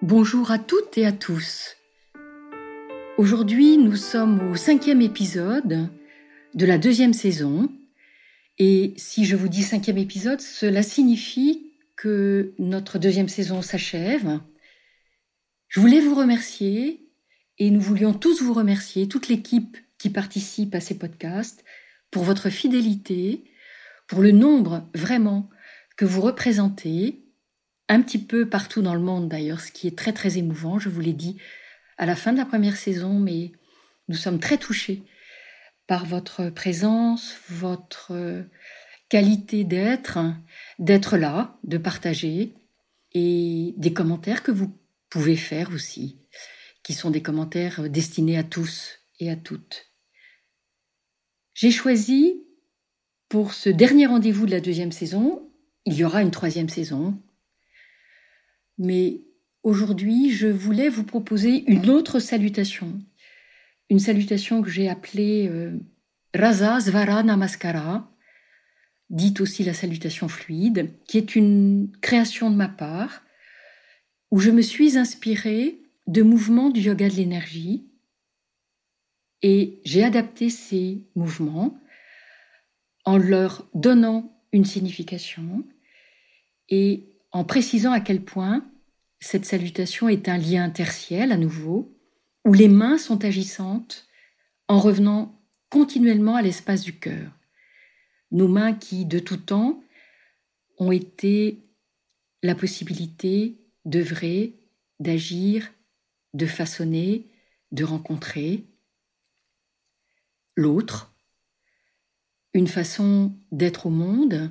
Bonjour à toutes et à tous. Aujourd'hui, nous sommes au 5e épisode de la 2e saison. Et si je vous dis 5e épisode, cela signifie que notre 2e saison s'achève. Je voulais vous remercier et nous voulions tous vous remercier, toute l'équipe qui participe à ces podcasts, pour votre fidélité, pour le nombre vraiment que vous représentez, un petit peu partout dans le monde d'ailleurs, ce qui est très très émouvant, je vous l'ai dit à la fin de la première saison, mais nous sommes très touchés par votre présence, votre qualité d'être là, de partager, et des commentaires que vous pouvez faire aussi, qui sont des commentaires destinés à tous et à toutes. J'ai choisi, pour ce dernier rendez-vous de la 2e saison, il y aura une 3e saison, mais aujourd'hui, je voulais vous proposer une autre salutation. Une salutation que j'ai appelée Rasa Svara Namaskara, dite aussi la salutation fluide, qui est une création de ma part, où je me suis inspirée de mouvements du yoga de l'énergie et j'ai adapté ces mouvements en leur donnant une signification et en précisant à quel point cette salutation est un lien interciel à nouveau, où les mains sont agissantes en revenant continuellement à l'espace du cœur. Nos mains qui, de tout temps, ont été la possibilité d'œuvrer, d'agir, de façonner, de rencontrer l'autre, une façon d'être au monde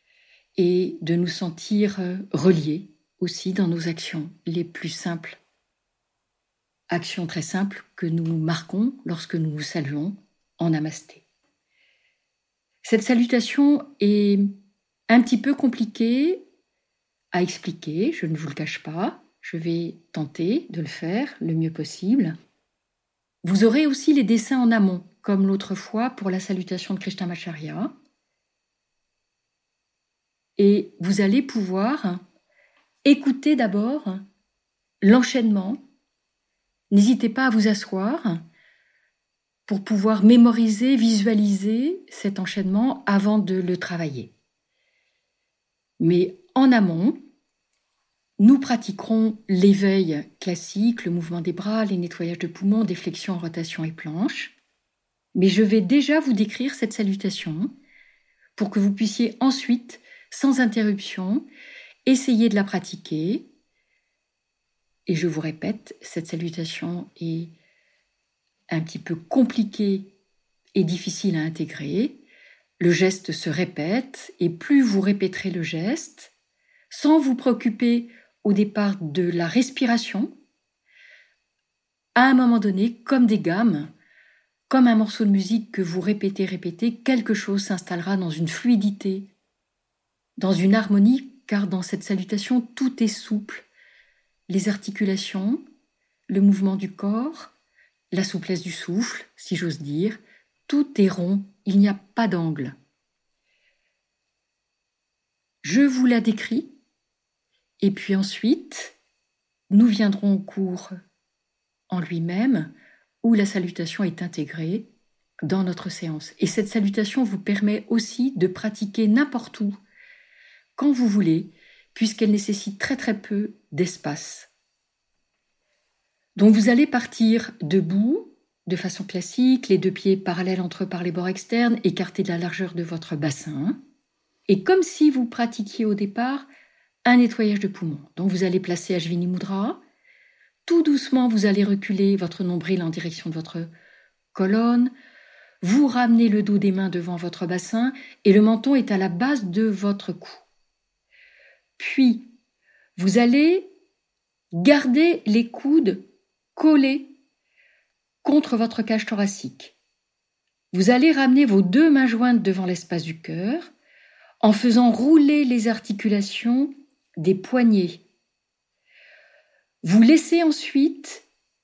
et de nous sentir reliés aussi dans nos actions les plus simples. Actions très simples que nous marquons lorsque nous nous saluons en namasté. Cette salutation est un petit peu compliquée à expliquer, je ne vous le cache pas. Je vais tenter de le faire le mieux possible. Vous aurez aussi les dessins en amont, comme l'autre fois pour la salutation de Krishnamacharya. Et vous allez pouvoir écouter d'abord l'enchaînement. N'hésitez pas à vous asseoir pour pouvoir mémoriser, visualiser cet enchaînement avant de le travailler. Mais en amont, nous pratiquerons l'éveil classique, le mouvement des bras, les nettoyages de poumons, des flexions, rotation et planche. Mais je vais déjà vous décrire cette salutation pour que vous puissiez ensuite, sans interruption, essayer de la pratiquer. Et je vous répète, cette salutation est un petit peu compliquée et difficile à intégrer. Le geste se répète et plus vous répéterez le geste, sans vous préoccuper au départ de la respiration, à un moment donné, comme des gammes, comme un morceau de musique que vous répétez, quelque chose s'installera dans une fluidité, dans une harmonie, car dans cette salutation, tout est souple. Les articulations, le mouvement du corps, la souplesse du souffle, si j'ose dire, tout est rond, il n'y a pas d'angle. Je vous la décris, et puis ensuite, nous viendrons au cours en lui-même, où la salutation est intégrée dans notre séance. Et cette salutation vous permet aussi de pratiquer n'importe où, quand vous voulez, puisqu'elle nécessite très très peu d'espace. Donc vous allez partir debout, de façon classique, les 2 pieds parallèles entre eux par les bords externes, écartés de la largeur de votre bassin. Et comme si vous pratiquiez au départ un nettoyage de poumons. Donc vous allez placer Ashwini Mudra. Tout doucement, vous allez reculer votre nombril en direction de votre colonne. Vous ramenez le dos des mains devant votre bassin et le menton est à la base de votre cou. Puis, vous allez garder les coudes collés contre votre cage thoracique. Vous allez ramener vos 2 mains jointes devant l'espace du cœur en faisant rouler les articulations des poignets. Vous laissez ensuite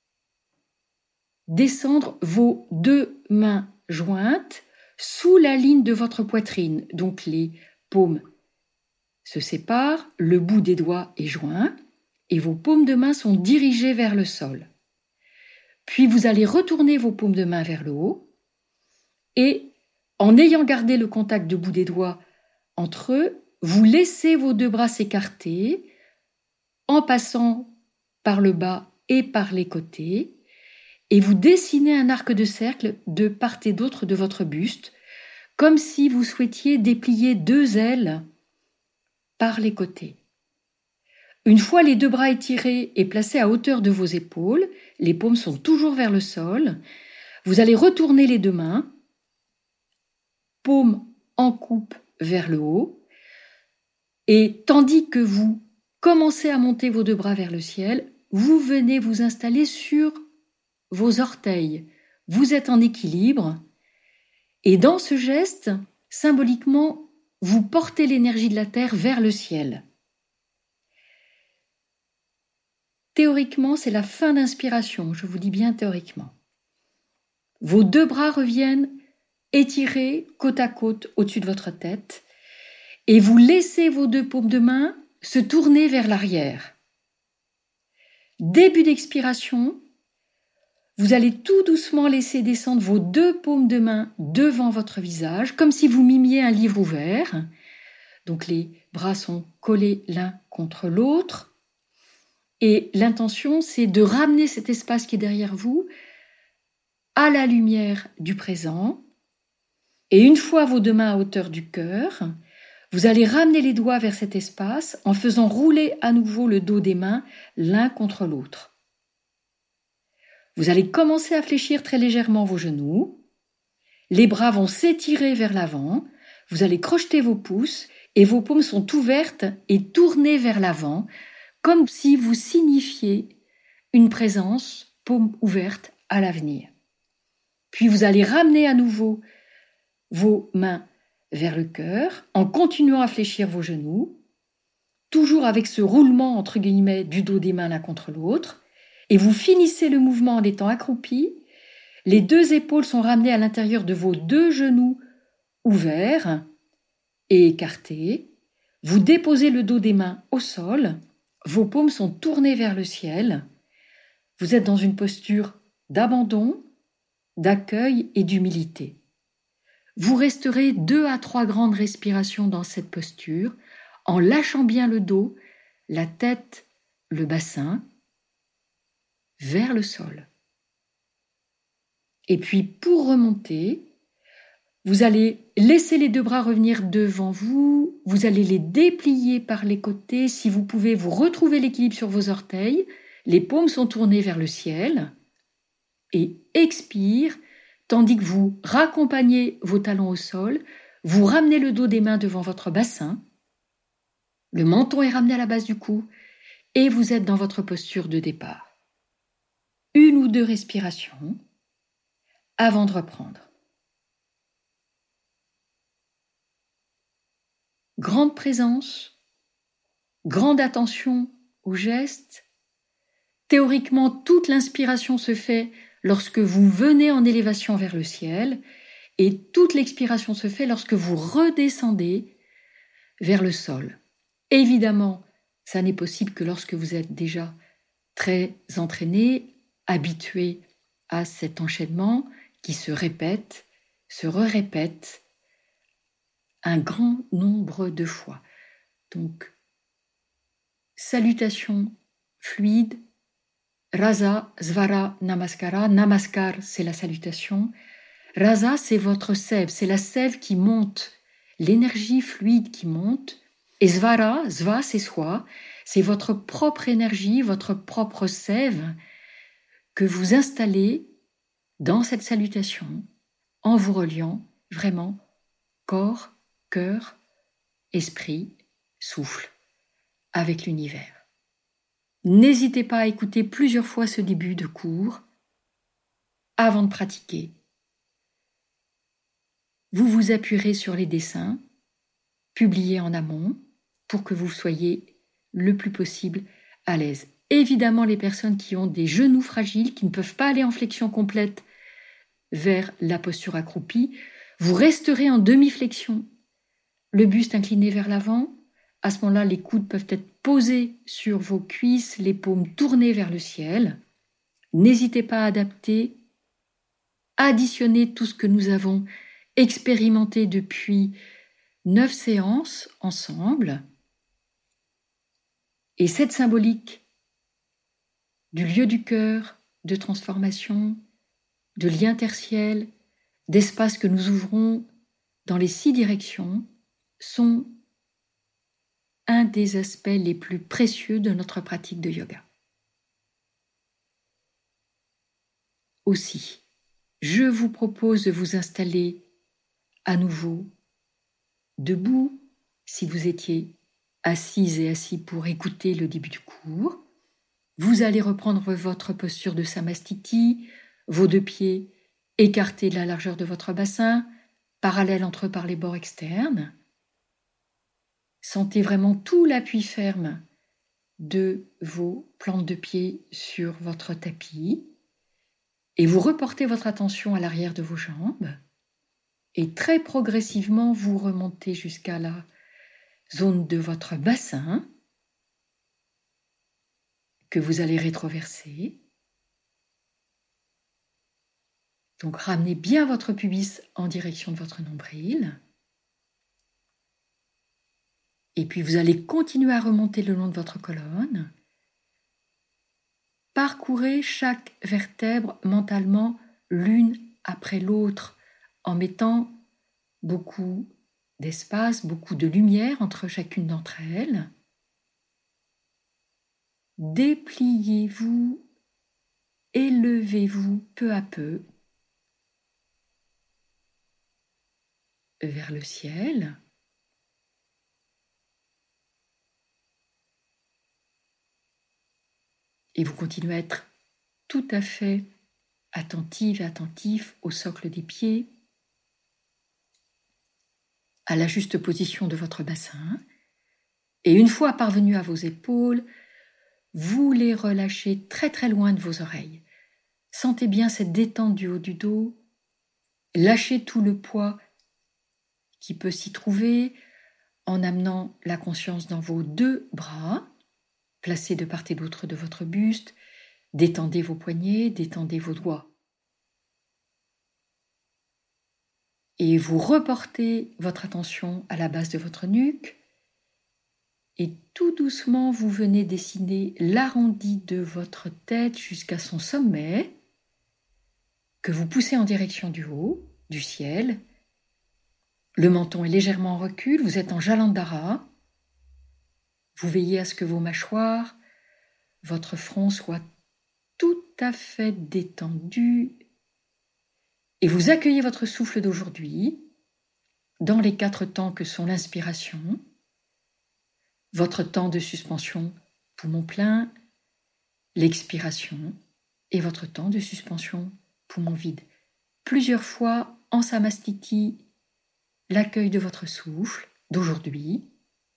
descendre vos 2 mains jointes sous la ligne de votre poitrine. Donc les paumes se séparent, le bout des doigts est joint et vos paumes de main sont dirigées vers le sol. Puis vous allez retourner vos paumes de main vers le haut et, en ayant gardé le contact de bout des doigts entre eux, vous laissez vos deux bras s'écarter en passant par le bas et par les côtés et vous dessinez un arc de cercle de part et d'autre de votre buste, comme si vous souhaitiez déplier deux ailes par les côtés. Une fois les deux bras étirés et placés à hauteur de vos épaules, les paumes sont toujours vers le sol, vous allez retourner les deux mains, paumes en coupe vers le haut, et tandis que vous commencez à monter vos deux bras vers le ciel, vous venez vous installer sur vos orteils. Vous êtes en équilibre, et dans ce geste, symboliquement, vous portez l'énergie de la Terre vers le ciel. Théoriquement, c'est la fin d'inspiration, je vous dis bien théoriquement. Vos deux bras reviennent étirés côte à côte au-dessus de votre tête et vous laissez vos deux paumes de main se tourner vers l'arrière. Début d'expiration, vous allez tout doucement laisser descendre vos deux paumes de main devant votre visage, comme si vous mimiez un livre ouvert. Donc les bras sont collés l'un contre l'autre. Et l'intention, c'est de ramener cet espace qui est derrière vous à la lumière du présent. Et une fois vos deux mains à hauteur du cœur, vous allez ramener les doigts vers cet espace en faisant rouler à nouveau le dos des mains l'un contre l'autre. Vous allez commencer à fléchir très légèrement vos genoux. Les bras vont s'étirer vers l'avant. Vous allez crocheter vos pouces et vos paumes sont ouvertes et tournées vers l'avant, comme si vous signifiez une présence, paume ouverte, à l'avenir. Puis vous allez ramener à nouveau vos mains vers le cœur, en continuant à fléchir vos genoux, toujours avec ce roulement, entre guillemets, du dos des mains l'un contre l'autre, et vous finissez le mouvement en étant accroupi. Les deux épaules sont ramenées à l'intérieur de vos deux genoux ouverts et écartés. Vous déposez le dos des mains au sol. Vos paumes sont tournées vers le ciel. Vous êtes dans une posture d'abandon, d'accueil et d'humilité. Vous resterez 2 à 3 grandes respirations dans cette posture, en lâchant bien le dos, la tête, le bassin, vers le sol. Et puis, pour remonter, vous allez laisser les deux bras revenir devant vous, vous allez les déplier par les côtés, si vous pouvez, vous retrouvez l'équilibre sur vos orteils, les paumes sont tournées vers le ciel, et expire, tandis que vous raccompagnez vos talons au sol, vous ramenez le dos des mains devant votre bassin, le menton est ramené à la base du cou, et vous êtes dans votre posture de départ. 1 ou 2 respirations avant de reprendre. Grande présence, grande attention aux gestes. Théoriquement, toute l'inspiration se fait lorsque vous venez en élévation vers le ciel et toute l'expiration se fait lorsque vous redescendez vers le sol. Évidemment, ça n'est possible que lorsque vous êtes déjà très entraîné, habitué à cet enchaînement qui se répète, se re-répète un grand nombre de fois. Donc, salutation fluide, Rasa, Svara, Namaskara. Namaskar, c'est la salutation. Rasa, c'est votre sève, c'est la sève qui monte, l'énergie fluide qui monte. Et Svara, Sva, c'est soi, c'est votre propre énergie, votre propre sève que vous installez dans cette salutation en vous reliant vraiment corps, cœur, esprit, souffle avec l'univers. N'hésitez pas à écouter plusieurs fois ce début de cours avant de pratiquer. Vous vous appuierez sur les dessins publiés en amont pour que vous soyez le plus possible à l'aise. Évidemment, les personnes qui ont des genoux fragiles, qui ne peuvent pas aller en flexion complète vers la posture accroupie, vous resterez en demi-flexion, le buste incliné vers l'avant, À ce moment-là, les coudes peuvent être posés sur vos cuisses, les paumes tournées vers le ciel. N'hésitez pas à adapter, additionner tout ce que nous avons expérimenté depuis 9 séances ensemble. Et cette symbolique du lieu du cœur, de transformation, de lien interciel, d'espace que nous ouvrons dans les 6 directions sont un des aspects les plus précieux de notre pratique de yoga. Aussi, je vous propose de vous installer à nouveau debout si vous étiez assises et assis pour écouter le début du cours. Vous allez reprendre votre posture de Samastiti, vos 2 pieds écartés de la largeur de votre bassin, parallèles entre eux par les bords externes. Sentez vraiment tout l'appui ferme de vos plantes de pied sur votre tapis et vous reportez votre attention à l'arrière de vos jambes et très progressivement vous remontez jusqu'à la zone de votre bassin que vous allez rétroverser. Donc ramenez bien votre pubis en direction de votre nombril. Et puis vous allez continuer à remonter le long de votre colonne. Parcourez chaque vertèbre mentalement l'une après l'autre en mettant beaucoup d'espace, beaucoup de lumière entre chacune d'entre elles. Dépliez-vous, élevez-vous peu à peu vers le ciel. Et vous continuez à être tout à fait attentive et attentif au socle des pieds, à la juste position de votre bassin. Et une fois parvenu à vos épaules, vous les relâchez très très loin de vos oreilles. Sentez bien cette détente du haut du dos. Lâchez tout le poids qui peut s'y trouver en amenant la conscience dans vos 2 bras, placés de part et d'autre de votre buste. Détendez vos poignets, détendez vos doigts. Et vous reportez votre attention à la base de votre nuque. Et tout doucement, vous venez dessiner l'arrondi de votre tête jusqu'à son sommet, que vous poussez en direction du haut, du ciel. Le menton est légèrement en recul, vous êtes en Jalandhara. Vous veillez à ce que vos mâchoires, votre front soient tout à fait détendus. Et vous accueillez votre souffle d'aujourd'hui dans les 4 temps que sont l'inspiration, votre temps de suspension poumon plein, l'expiration et votre temps de suspension poumon vide. Plusieurs fois en Samastiti, l'accueil de votre souffle d'aujourd'hui.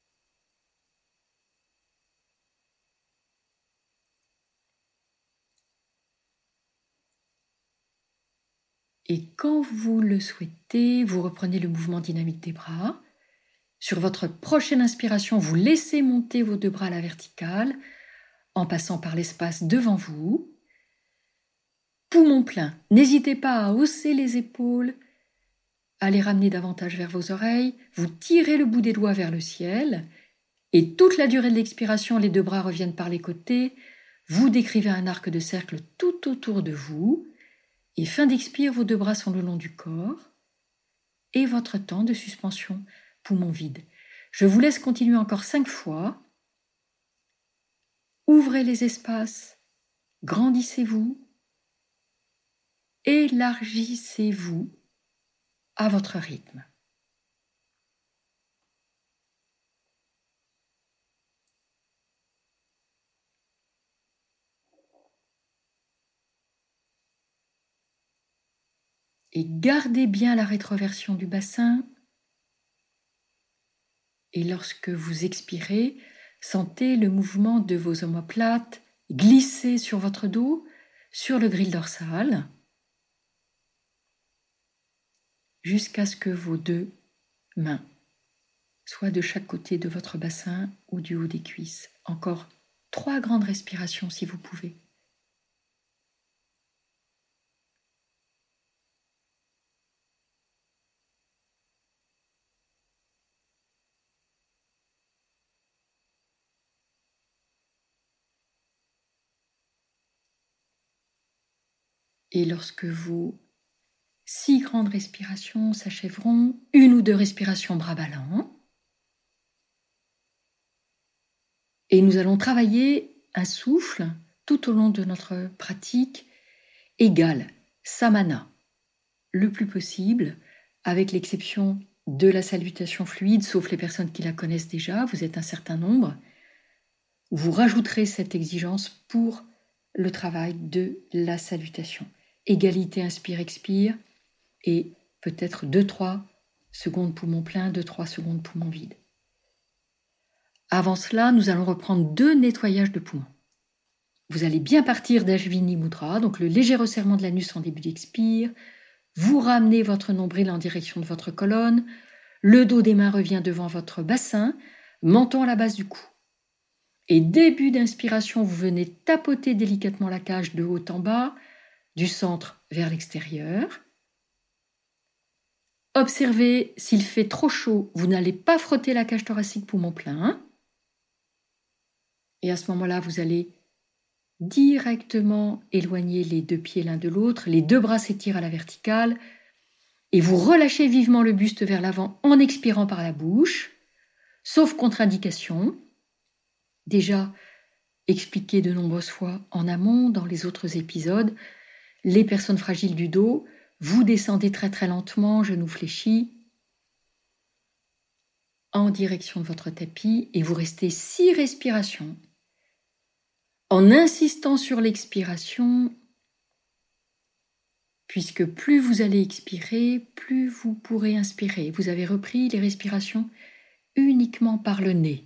Et quand vous le souhaitez, vous reprenez le mouvement dynamique des bras. Sur votre prochaine inspiration, vous laissez monter vos 2 bras à la verticale en passant par l'espace devant vous. Poumon plein, n'hésitez pas à hausser les épaules, à les ramener davantage vers vos oreilles. Vous tirez le bout des doigts vers le ciel et toute la durée de l'expiration, les 2 bras reviennent par les côtés. Vous décrivez un arc de cercle tout autour de vous. Et fin d'expire, vos 2 bras sont le long du corps et votre temps de suspension poumon vide. Je vous laisse continuer encore 5 fois. Ouvrez les espaces, grandissez-vous, élargissez-vous à votre rythme. Et gardez bien la rétroversion du bassin. Et lorsque vous expirez, sentez le mouvement de vos omoplates glisser sur votre dos, sur le grille dorsal, jusqu'à ce que vos 2 mains soit de chaque côté de votre bassin ou du haut des cuisses. Encore 3 grandes respirations si vous pouvez. Et lorsque vos 6 grandes respirations s'achèveront, 1 ou 2 respirations bras ballants. Et nous allons travailler un souffle tout au long de notre pratique égal, samana, le plus possible, avec l'exception de la salutation fluide, sauf les personnes qui la connaissent déjà, vous êtes un certain nombre. Vous rajouterez cette exigence pour le travail de la salutation. Égalité inspire-expire et peut-être 2-3 secondes poumon plein, 2-3 secondes poumon vide. Avant cela, nous allons reprendre 2 nettoyages de poumons. Vous allez bien partir d'Ashvini Mudra, donc le léger resserrement de l'anus en début d'expire. Vous ramenez votre nombril en direction de votre colonne. Le dos des mains revient devant votre bassin, menton à la base du cou. Et début d'inspiration, vous venez tapoter délicatement la cage de haut en bas, du centre vers l'extérieur. Observez, s'il fait trop chaud, vous n'allez pas frotter la cage thoracique poumon plein. Et à ce moment-là, vous allez directement éloigner les 2 pieds l'un de l'autre, les 2 bras s'étirent à la verticale, et vous relâchez vivement le buste vers l'avant en expirant par la bouche, sauf contre-indication, déjà expliqué de nombreuses fois en amont dans les autres épisodes. Les personnes fragiles du dos, vous descendez très très lentement, genoux fléchis, en direction de votre tapis, et vous restez 6 respirations. En insistant sur l'expiration, puisque plus vous allez expirer, plus vous pourrez inspirer. Vous avez repris les respirations uniquement par le nez.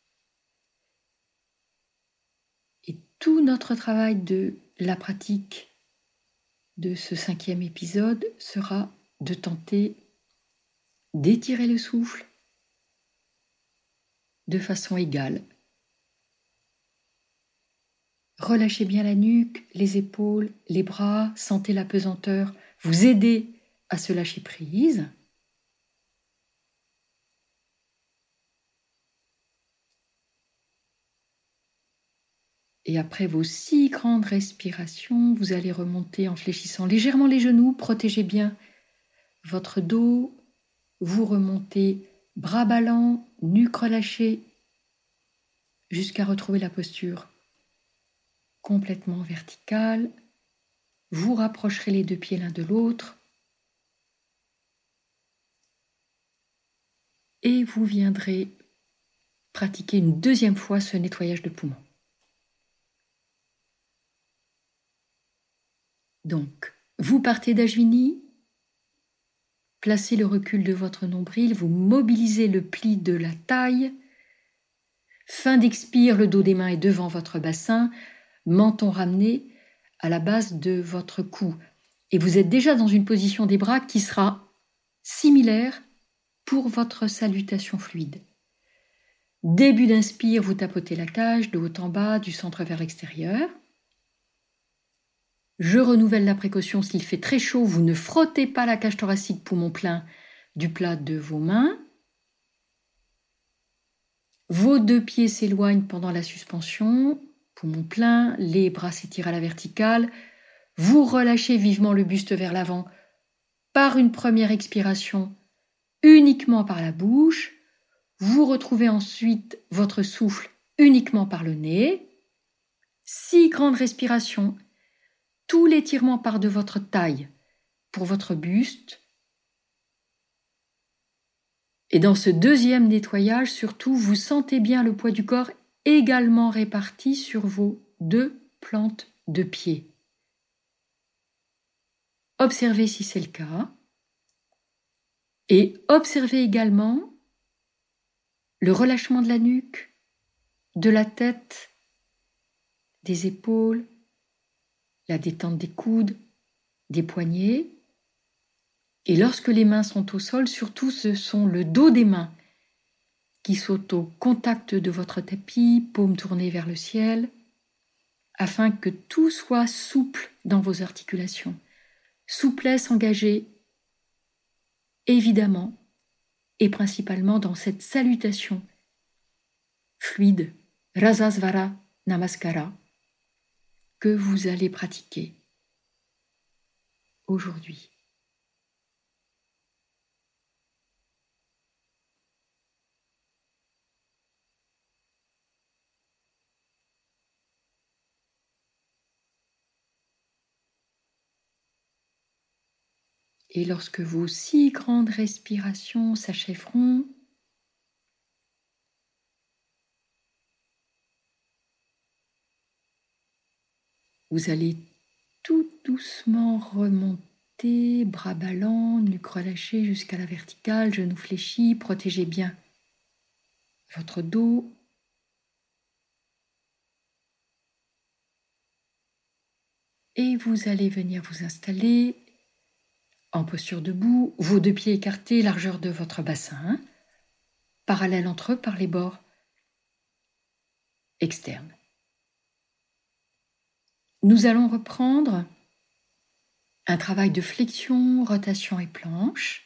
Et tout notre travail de la pratique de ce 5e épisode sera de tenter d'étirer le souffle de façon égale. Relâchez bien la nuque, les épaules, les bras, sentez la pesanteur, vous aidez à se lâcher prise. Et après vos 6 grandes respirations, vous allez remonter en fléchissant légèrement les genoux, protégez bien votre dos, vous remontez bras ballants, nuque relâchée, jusqu'à retrouver la posture complètement verticale. Vous rapprocherez les 2 pieds l'un de l'autre et vous viendrez pratiquer une 2e fois ce nettoyage de poumons. Donc, vous partez d'Ashvini, placez le recul de votre nombril, vous mobilisez le pli de la taille. Fin d'expire, le dos des mains est devant votre bassin, menton ramené à la base de votre cou. Et vous êtes déjà dans une position des bras qui sera similaire pour votre salutation fluide. Début d'inspire, vous tapotez la cage de haut en bas, du centre vers l'extérieur. Je renouvelle la précaution, s'il fait très chaud, vous ne frottez pas la cage thoracique poumon plein du plat de vos mains. Vos 2 pieds s'éloignent pendant la suspension, poumon plein, les bras s'étirent à la verticale. Vous relâchez vivement le buste vers l'avant par une première expiration, uniquement par la bouche. Vous retrouvez ensuite votre souffle uniquement par le nez. 6 grandes respirations. Tout l'étirement part de votre taille pour votre buste. Et dans ce 2e nettoyage, surtout, vous sentez bien le poids du corps également réparti sur vos 2 plantes de pied. Observez si c'est le cas. Et observez également le relâchement de la nuque, de la tête, des épaules, la détente des coudes, des poignets. Et lorsque les mains sont au sol, surtout ce sont le dos des mains qui sont au contact de votre tapis, paumes tournées vers le ciel, afin que tout soit souple dans vos articulations. Souplesse engagée, évidemment, et principalement dans cette salutation fluide, Rasasvara Namaskara, que vous allez pratiquer aujourd'hui. Et lorsque vos 6 grandes respirations s'achèveront, vous allez tout doucement remonter, bras ballants, nuque relâchée jusqu'à la verticale, genoux fléchis, protégez bien votre dos. Et vous allez venir vous installer en posture debout, vos 2 pieds écartés, largeur de votre bassin, parallèles entre eux par les bords externes. Nous allons reprendre un travail de flexion, rotation et planche.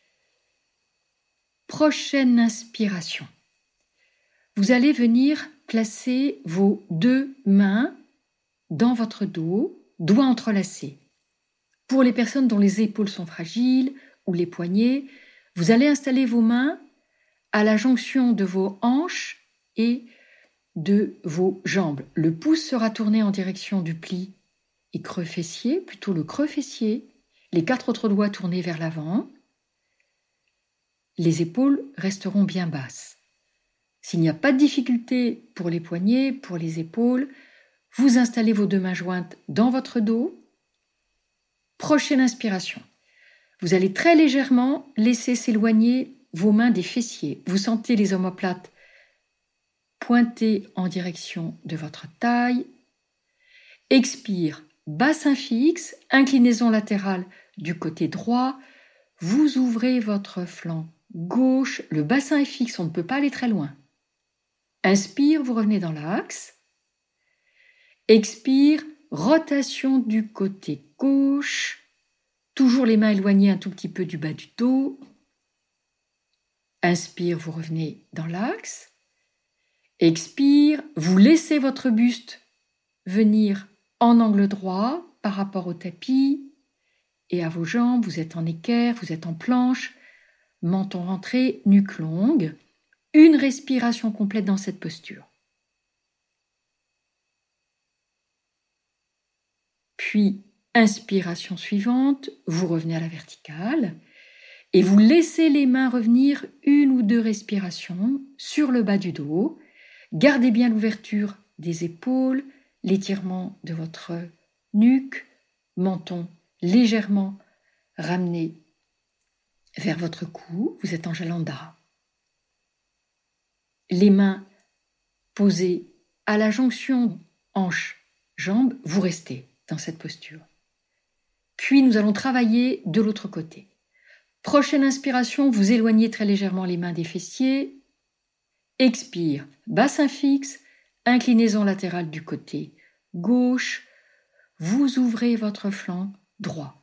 Prochaine inspiration. Vous allez venir placer vos 2 mains dans votre dos, doigts entrelacés. Pour les personnes dont les épaules sont fragiles ou les poignets, vous allez installer vos mains à la jonction de vos hanches et de vos jambes. Le pouce sera tourné en direction du pli et creux fessier, plutôt le creux fessier, les 4 autres doigts tournés vers l'avant. Les épaules resteront bien basses. S'il n'y a pas de difficulté pour les poignets, pour les épaules, vous installez vos 2 mains jointes dans votre dos. Prochaine inspiration. Vous allez très légèrement laisser s'éloigner vos mains des fessiers. Vous sentez les omoplates pointer en direction de votre taille. Expire, bassin fixe, inclinaison latérale du côté droit. Vous ouvrez votre flanc gauche. Le bassin est fixe, on ne peut pas aller très loin. Inspire, vous revenez dans l'axe. Expire, rotation du côté gauche. Toujours les mains éloignées un tout petit peu du bas du dos. Inspire, vous revenez dans l'axe. Expire, vous laissez votre buste venir en angle droit par rapport au tapis et à vos jambes. Vous êtes en équerre, vous êtes en planche, menton rentré, nuque longue. Une respiration complète dans cette posture. Puis, inspiration suivante, vous revenez à la verticale et vous laissez les mains revenir 1 ou 2 respirations sur le bas du dos. Gardez bien l'ouverture des épaules, l'étirement de votre nuque, menton légèrement ramené vers votre cou. Vous êtes en Jalandhara. Les mains posées à la jonction hanche-jambe, vous restez dans cette posture. Puis nous allons travailler de l'autre côté. Prochaine inspiration, vous éloignez très légèrement les mains des fessiers. Expire, bassin fixe, inclinaison latérale du côté gauche. Vous ouvrez votre flanc droit.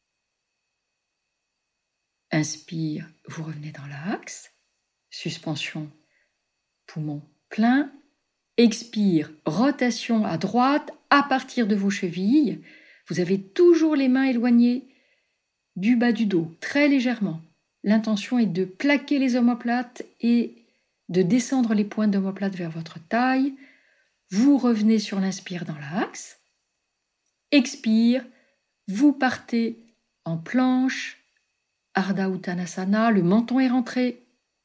Inspire, vous revenez dans l'axe. Suspension, poumon plein. Expire, rotation à droite à partir de vos chevilles. Vous avez toujours les mains éloignées du bas du dos, très légèrement. L'intention est de plaquer les omoplates et de descendre les pointes d'omoplate vers votre taille. Vous revenez sur l'inspire dans l'axe. Expire, vous partez en planche, Ardha Uttanasana, le menton est rentré.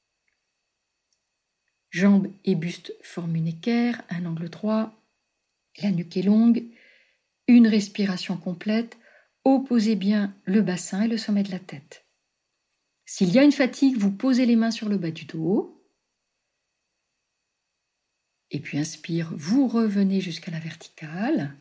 Jambes et buste forment une équerre, un angle droit, la nuque est longue. Une respiration complète, opposez bien le bassin et le sommet de la tête. S'il y a une fatigue, vous posez les mains sur le bas du dos. Et puis inspire, vous revenez jusqu'à la verticale.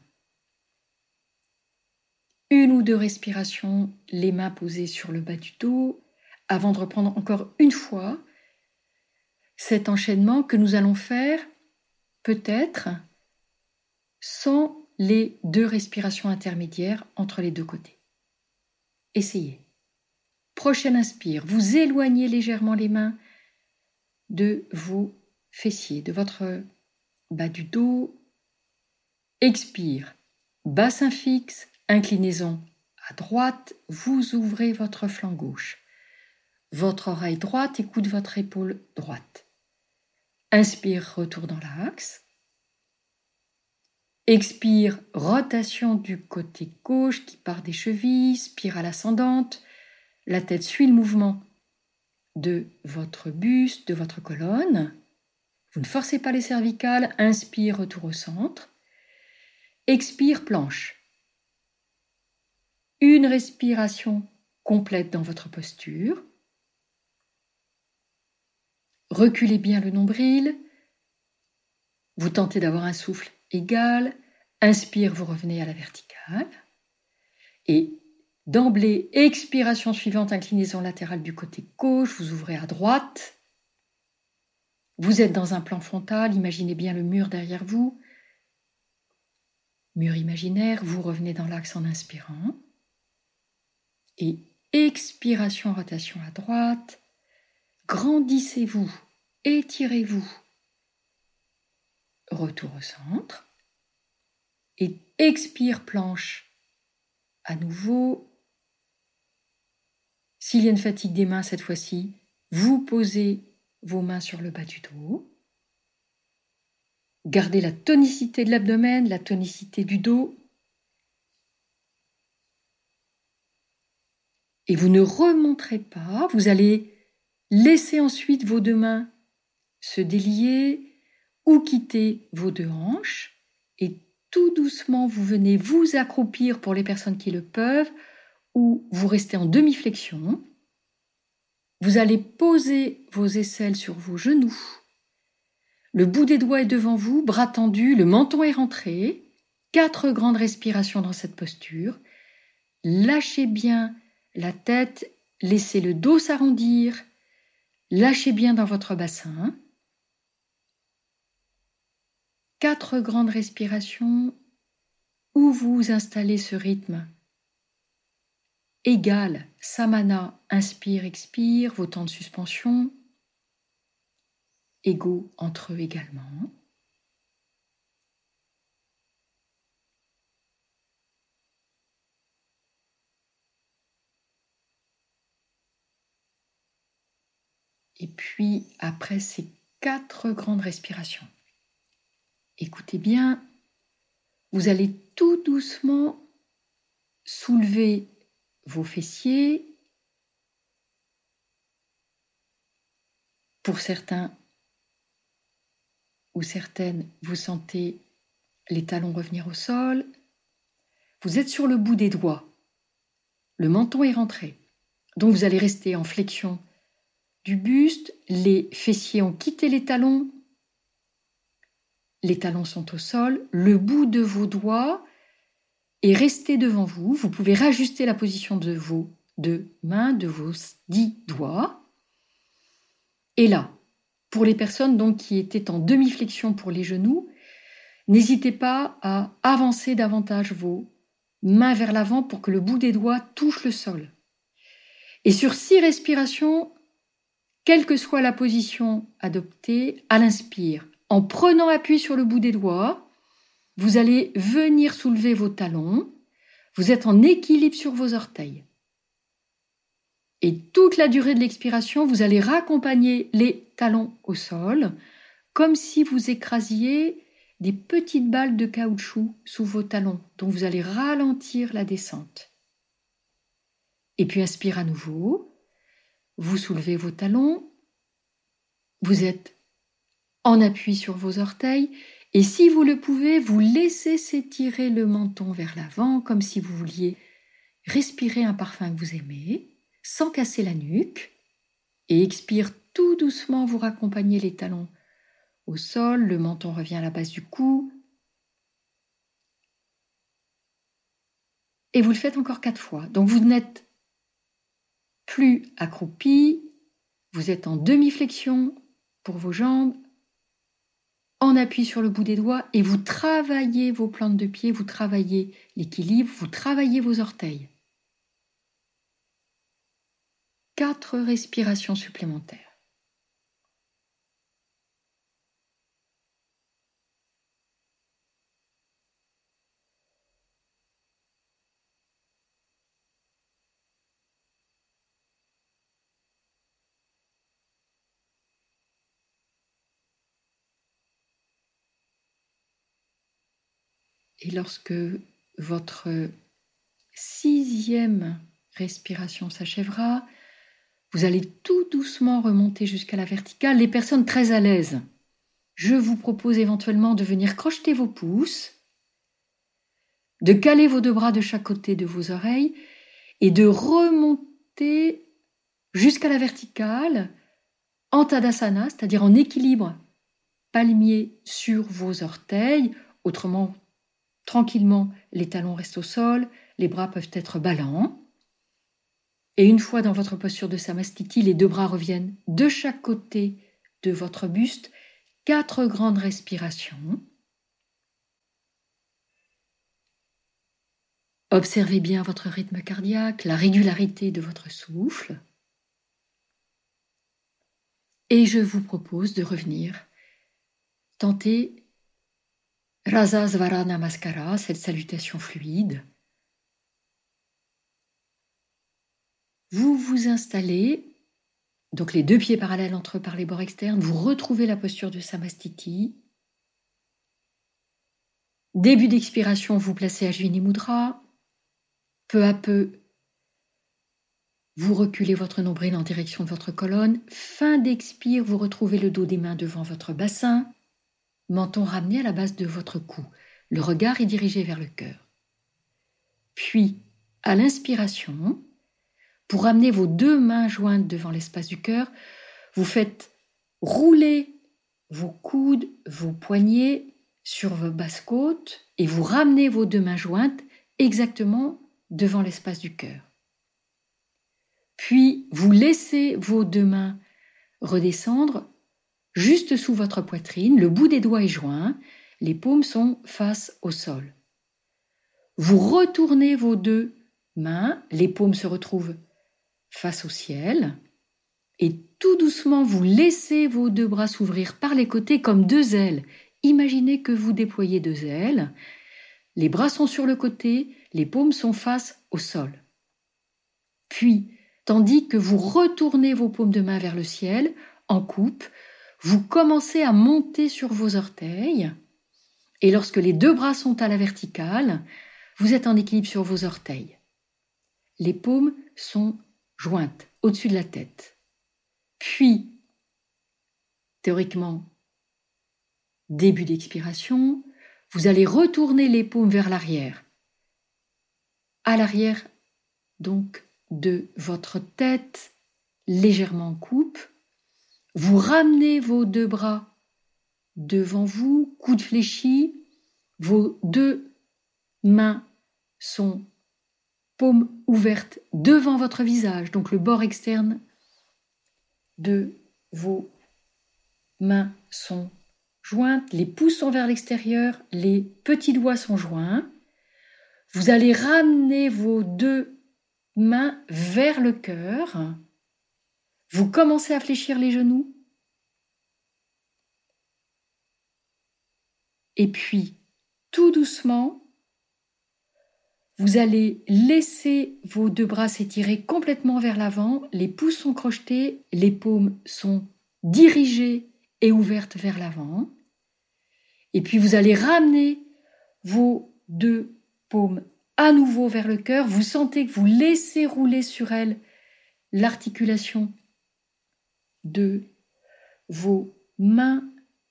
1 ou 2 respirations, les mains posées sur le bas du dos, avant de reprendre encore une fois. cet enchaînement que nous allons faire peut-être sans les 2 respirations intermédiaires entre les 2 côtés. Essayez. Prochaine inspire, vous éloignez légèrement les mains de vos fessiers, de votre bas du dos. Expire, bassin fixe, inclinaison à droite, vous ouvrez votre flanc gauche. Votre oreille droite écoute votre épaule droite. Inspire, retour dans l'axe. Expire, rotation du côté gauche qui part des chevilles, spirale ascendante. La tête suit le mouvement de votre buste, de votre colonne. Vous ne forcez pas les cervicales. Inspire, retour au centre. Expire, planche. Une respiration complète dans votre posture. Reculez bien le nombril. Vous tentez d'avoir un souffle égal. Inspire, vous revenez à la verticale. Et d'emblée, expiration suivante, inclinaison latérale du côté gauche. Vous ouvrez à droite. Vous êtes dans un plan frontal. Imaginez bien le mur derrière vous. Mur imaginaire. Vous revenez dans l'axe en inspirant. Et expiration, rotation à droite. Grandissez-vous, étirez-vous. Retour au centre. Et expire, planche. À nouveau. S'il y a une fatigue des mains cette fois-ci, vous posez vos mains sur le bas du dos. Gardez la tonicité de l'abdomen, la tonicité du dos. Et vous ne remonterez pas, vous allez laisser ensuite vos 2 mains se délier ou quitter vos 2 hanches et tout doucement vous venez vous accroupir pour les personnes qui le peuvent ou vous restez en demi-flexion. Vous allez poser vos aisselles sur vos genoux. Le bout des doigts est devant vous, bras tendus, le menton est rentré. 4 grandes respirations dans cette posture. Lâchez bien la tête, laissez le dos s'arrondir. Lâchez bien dans votre bassin. 4 grandes respirations où vous installez ce rythme égal, samana, inspire, expire, vos temps de suspension, égaux entre eux également. Et puis, après ces 4 grandes respirations, écoutez bien, vous allez tout doucement soulever vos fessiers. Pour certains ou certaines, vous sentez les talons revenir au sol. Vous êtes sur le bout des doigts. Le menton est rentré. Donc vous allez rester en flexion du buste. Les fessiers ont quitté les talons. Les talons sont au sol. Le bout de vos doigts est resté devant vous. Vous pouvez rajuster la position de vos 2 mains, de vos 10 doigts. Et là, pour les personnes donc qui étaient en demi-flexion pour les genoux, n'hésitez pas à avancer davantage vos mains vers l'avant pour que le bout des doigts touche le sol. Et sur 6 respirations, quelle que soit la position adoptée, à l'inspire, en prenant appui sur le bout des doigts, vous allez venir soulever vos talons. Vous êtes en équilibre sur vos orteils. Et toute la durée de l'expiration, vous allez raccompagner les talons au sol, comme si vous écrasiez des petites balles de caoutchouc sous vos talons. Donc vous allez ralentir la descente. Et puis inspire à nouveau. Vous soulevez vos talons. Vous êtes en appui sur vos orteils. Et si vous le pouvez, vous laissez s'étirer le menton vers l'avant, comme si vous vouliez respirer un parfum que vous aimez, sans casser la nuque. Et expire tout doucement, vous raccompagnez les talons au sol, le menton revient à la base du cou. Et vous le faites encore 4 fois. Donc vous n'êtes plus accroupi, vous êtes en demi-flexion, pour vos jambes, en appui sur le bout des doigts, et vous travaillez vos plantes de pied, vous travaillez l'équilibre, vous travaillez vos orteils. 4 respirations supplémentaires. Et lorsque votre 6e respiration s'achèvera, vous allez tout doucement remonter jusqu'à la verticale. Les personnes très à l'aise, je vous propose éventuellement de venir crocheter vos pouces, de caler vos 2 bras de chaque côté de vos oreilles et de remonter jusqu'à la verticale en Tadasana, c'est-à-dire en équilibre palmier sur vos orteils, autrement tranquillement, les talons restent au sol, les bras peuvent être ballants. Et une fois dans votre posture de Samastiti, les 2 bras reviennent de chaque côté de votre buste. 4 grandes respirations. Observez bien votre rythme cardiaque, la régularité de votre souffle. Et je vous propose de revenir tenter Rasa Svara Namaskara, cette salutation fluide. Vous vous installez, donc les 2 pieds parallèles entre eux par les bords externes, vous retrouvez la posture de Samastiti. Début d'expiration, vous placez Ajvini Mudra. Peu à peu, vous reculez votre nombril en direction de votre colonne. Fin d'expire, vous retrouvez le dos des mains devant votre bassin. Menton ramené à la base de votre cou. Le regard est dirigé vers le cœur. Puis, à l'inspiration, pour ramener vos 2 mains jointes devant l'espace du cœur, vous faites rouler vos coudes, vos poignets sur vos basses côtes et vous ramenez vos 2 mains jointes exactement devant l'espace du cœur. Puis, vous laissez vos 2 mains redescendre juste sous votre poitrine, le bout des doigts est joint, les paumes sont face au sol. Vous retournez vos 2 mains, les paumes se retrouvent face au ciel, et tout doucement vous laissez vos 2 bras s'ouvrir par les côtés comme 2 ailes. Imaginez que vous déployez 2 ailes, les bras sont sur le côté, les paumes sont face au sol. Puis, tandis que vous retournez vos paumes de main vers le ciel, en coupe, vous commencez à monter sur vos orteils, et lorsque les 2 bras sont à la verticale, vous êtes en équilibre sur vos orteils. Les paumes sont jointes au-dessus de la tête. Puis, théoriquement, début d'expiration, vous allez retourner les paumes vers l'arrière. À l'arrière, donc, de votre tête, légèrement en coupe. Vous ramenez vos 2 bras devant vous, coude fléchi. Vos 2 mains sont paumes ouvertes devant votre visage, donc le bord externe de vos mains sont jointes, les pouces sont vers l'extérieur, les petits doigts sont joints. Vous allez ramener vos 2 mains vers le cœur. Vous commencez à fléchir les genoux. Et puis, tout doucement, vous allez laisser vos 2 bras s'étirer complètement vers l'avant. Les pouces sont crochetés, les paumes sont dirigées et ouvertes vers l'avant. Et puis, vous allez ramener vos 2 paumes à nouveau vers le cœur. Vous sentez que vous laissez rouler sur elles l'articulation de vos mains.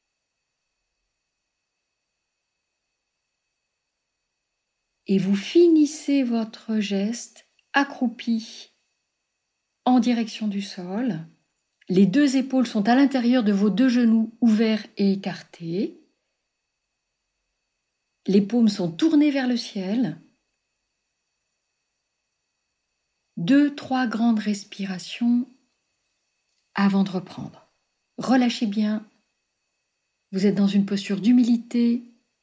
Et vous finissez votre geste accroupi en direction du sol. Les 2 épaules sont à l'intérieur de vos 2 genoux ouverts et écartés. Les paumes sont tournées vers le ciel. 2-3 grandes respirations avant de reprendre. Relâchez bien. Vous êtes dans une posture d'humilité,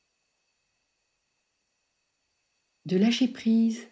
de lâcher prise.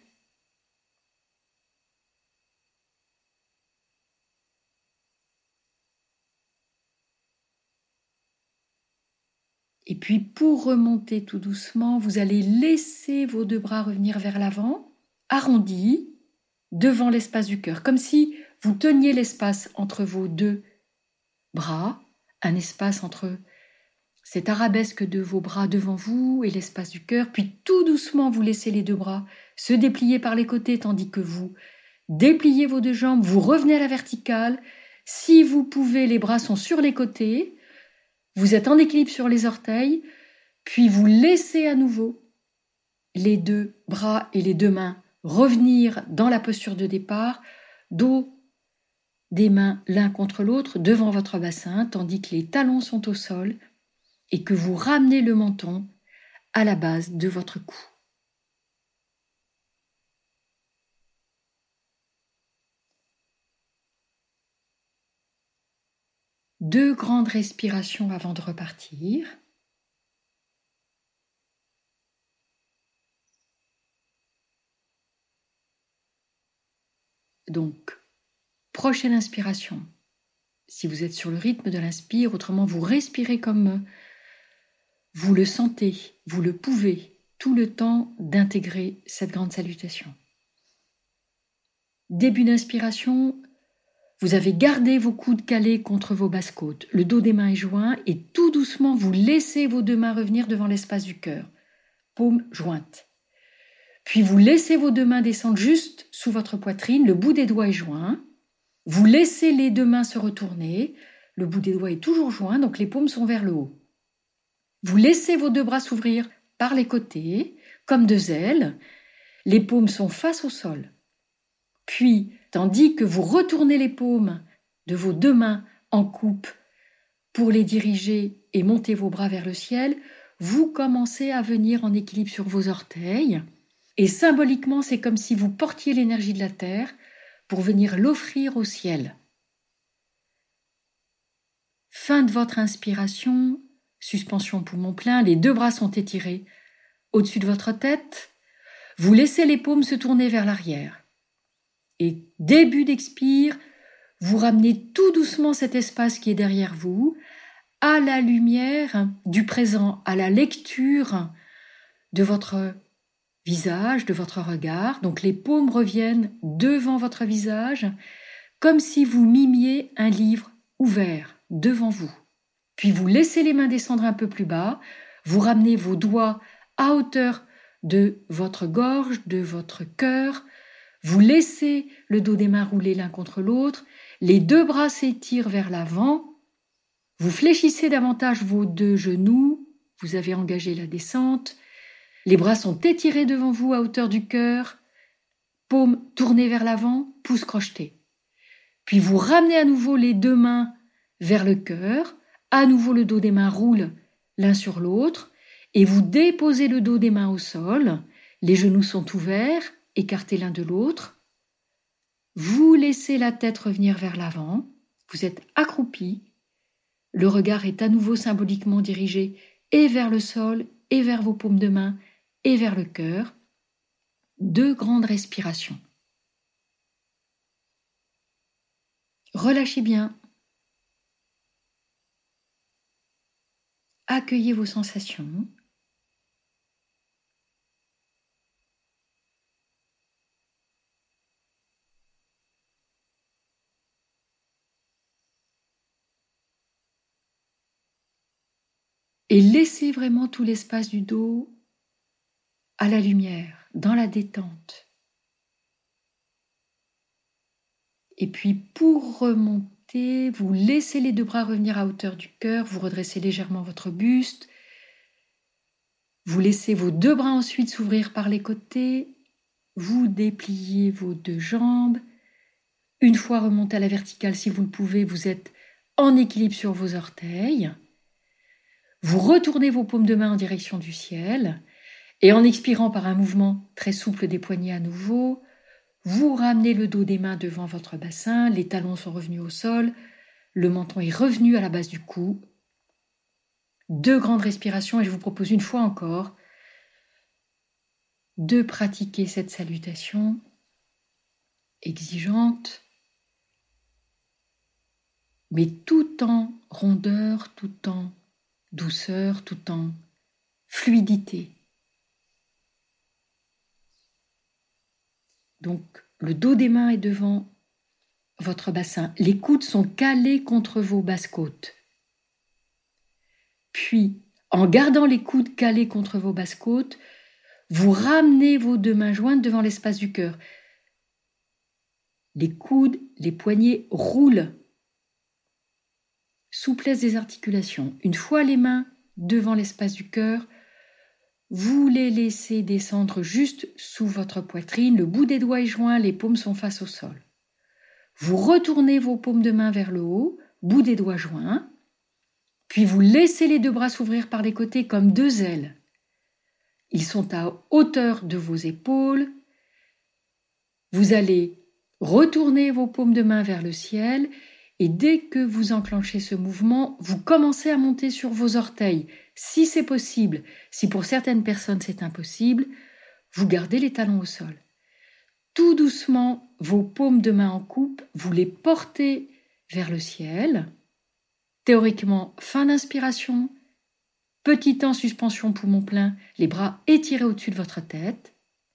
Et puis pour remonter tout doucement, vous allez laisser vos deux bras revenir vers l'avant, arrondis, devant l'espace du cœur, comme si vous teniez l'espace entre vos deux bras, un espace entre cette arabesque de vos bras devant vous et l'espace du cœur, puis tout doucement vous laissez les deux bras se déplier par les côtés tandis que vous dépliez vos deux jambes, vous revenez à la verticale. Si vous pouvez, les bras sont sur les côtés, vous êtes en équilibre sur les orteils, puis vous laissez à nouveau les deux bras et les deux mains revenir dans la posture de départ, dos des mains l'un contre l'autre devant votre bassin, tandis que les talons sont au sol et que vous ramenez le menton à la base de votre cou. Deux grandes respirations avant de repartir. Donc, prochaine inspiration. Si vous êtes sur le rythme de l'inspire, autrement vous respirez comme vous le sentez, vous le pouvez, tout le temps d'intégrer cette grande salutation. Début d'inspiration, vous avez gardé vos coudes calés contre vos basses-côtes, le dos des mains est joint et tout doucement vous laissez vos deux mains revenir devant l'espace du cœur, paumes jointes. Puis vous laissez vos deux mains descendre juste sous votre poitrine, le bout des doigts est joint. Vous laissez les deux mains se retourner, le bout des doigts est toujours joint, donc les paumes sont vers le haut. Vous laissez vos deux bras s'ouvrir par les côtés, comme deux ailes, les paumes sont face au sol. Puis, tandis que vous retournez les paumes de vos deux mains en coupe pour les diriger et monter vos bras vers le ciel, vous commencez à venir en équilibre sur vos orteils. Et symboliquement, c'est comme si vous portiez l'énergie de la terre pour venir l'offrir au ciel. Fin de votre inspiration, suspension poumon plein, les deux bras sont étirés au-dessus de votre tête. Vous laissez les paumes se tourner vers l'arrière. Et début d'expire, vous ramenez tout doucement cet espace qui est derrière vous à la lumière du présent, à la lecture de votre visage, de votre regard. Donc les paumes reviennent devant votre visage, comme si vous mimiez un livre ouvert devant vous. Puis vous laissez les mains descendre un peu plus bas, vous ramenez vos doigts à hauteur de votre gorge, de votre cœur, vous laissez le dos des mains rouler l'un contre l'autre, les deux bras s'étirent vers l'avant, vous fléchissez davantage vos deux genoux, vous avez engagé la descente, les bras sont étirés devant vous à hauteur du cœur, paumes tournées vers l'avant, pouces crochetés. Puis vous ramenez à nouveau les deux mains vers le cœur, à nouveau le dos des mains roule l'un sur l'autre, et vous déposez le dos des mains au sol, les genoux sont ouverts, écartés l'un de l'autre. Vous laissez la tête revenir vers l'avant, vous êtes accroupi, le regard est à nouveau symboliquement dirigé et vers le sol, et vers vos paumes de main, et vers le cœur. Deux grandes respirations. Relâchez bien. Accueillez vos sensations. Et laissez vraiment tout l'espace du dos à la lumière, dans la détente. Et puis pour remonter, vous laissez les deux bras revenir à hauteur du cœur, vous redressez légèrement votre buste, vous laissez vos deux bras ensuite s'ouvrir par les côtés, vous dépliez vos deux jambes. Une fois remonté à la verticale, si vous le pouvez, vous êtes en équilibre sur vos orteils. Vous retournez vos paumes de main en direction du ciel et en expirant par un mouvement très souple des poignets à nouveau, vous ramenez le dos des mains devant votre bassin, les talons sont revenus au sol, le menton est revenu à la base du cou. 2 grandes respirations et je vous propose une fois encore de pratiquer cette salutation exigeante, mais tout en rondeur, tout en douceur, tout en fluidité. Donc, le dos des mains est devant votre bassin. Les coudes sont calés contre vos basses-côtes. Puis, en gardant les coudes calés contre vos basses-côtes, vous ramenez vos 2 mains jointes devant l'espace du cœur. Les coudes, les poignets roulent. Souplesse des articulations. Une fois les mains devant l'espace du cœur, vous les laissez descendre juste sous votre poitrine. Le bout des doigts est joint, les paumes sont face au sol. Vous retournez vos paumes de main vers le haut, bout des doigts joints. Puis vous laissez les 2 bras s'ouvrir par les côtés comme 2 ailes. Ils sont à hauteur de vos épaules. Vous allez retourner vos paumes de main vers le ciel et dès que vous enclenchez ce mouvement, vous commencez à monter sur vos orteils. Si c'est possible, si pour certaines personnes c'est impossible, vous gardez les talons au sol. Tout doucement, vos paumes de main en coupe, vous les portez vers le ciel. Théoriquement, fin d'inspiration, petit temps suspension poumon plein, les bras étirés au-dessus de votre tête.